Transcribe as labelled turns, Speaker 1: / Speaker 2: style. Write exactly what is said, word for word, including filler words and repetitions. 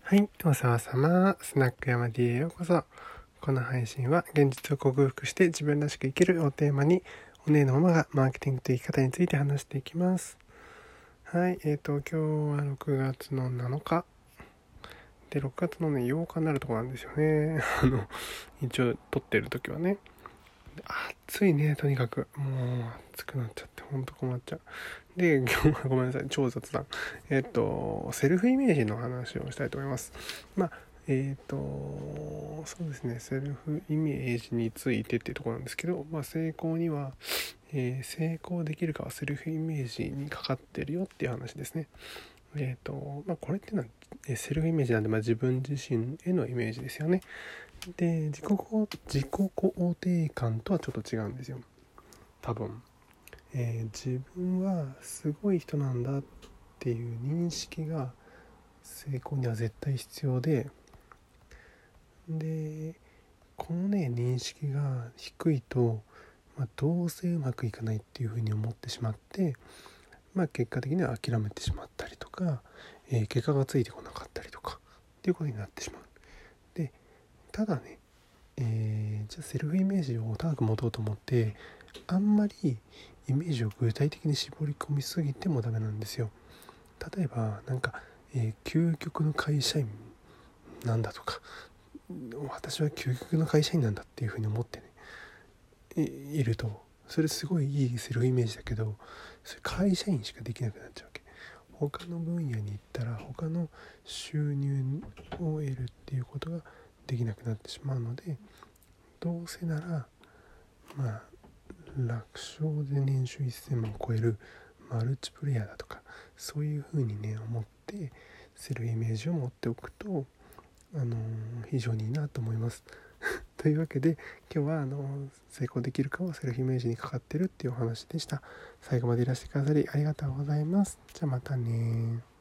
Speaker 1: はい、おさわさま、スナック山 D へようこそ。この配信は現実を克服して自分らしく生きるをテーマに、お姉のママがマーケティングと生き方について話していきます。はい、えーと、今日はろくがつのなのか。で、ろくがつのね、ようかになるとこなんですよね。あの、一応撮ってる時はね。暑いね、とにかく。もう暑くなっちゃって、ほんと困っちゃう。で、今日はごめんなさい、超雑談。えっと、セルフイメージの話をしたいと思います。まあ、えっと、そうですね、セルフイメージについてっていうところなんですけど、まあ、成功には、えー成功できるかはセルフイメージにかかってるよっていう話ですね。えっと、まあ、これっていうのは、えセルフイメージなんで、まあ、自分自身へのイメージですよね。で、自己肯自己肯定感とはちょっと違うんですよ。多分。えー自分はすごい人なんだっていう認識が成功には絶対必要で、でこのね認識が低いと、まあ、どうせうまくいかないっていうふうに思ってしまって、まあ、結果的には諦めてしまったりとか、えー結果がついてこなかったりとかっていうことになってしまう。でただね、えーじゃあセルフイメージを高く持とうと思ってあんまりイメージを具体的に絞り込みすぎてもダメなんですよ。例えばなんか、えー究極の会社員なんだとか、私は究極の会社員なんだっていうふうに思ってね い, いると、それすごいいいセルフイメージだけど、それ会社員しかできなくなっちゃうわけ。他の分野に行ったら他の収入を得るっていうことができなくなってしまうので、どうせならまあ楽勝で年収せんまんを超えるマルチプレイヤーだとか、そういう風にね思ってセルフイメージを持っておくと、あのー非常にいいなと思いますというわけで今日はあのー成功できるかはセルフイメージにかかってるっていうお話でした。最後までいらしてくださりありがとうございます。じゃあまたね。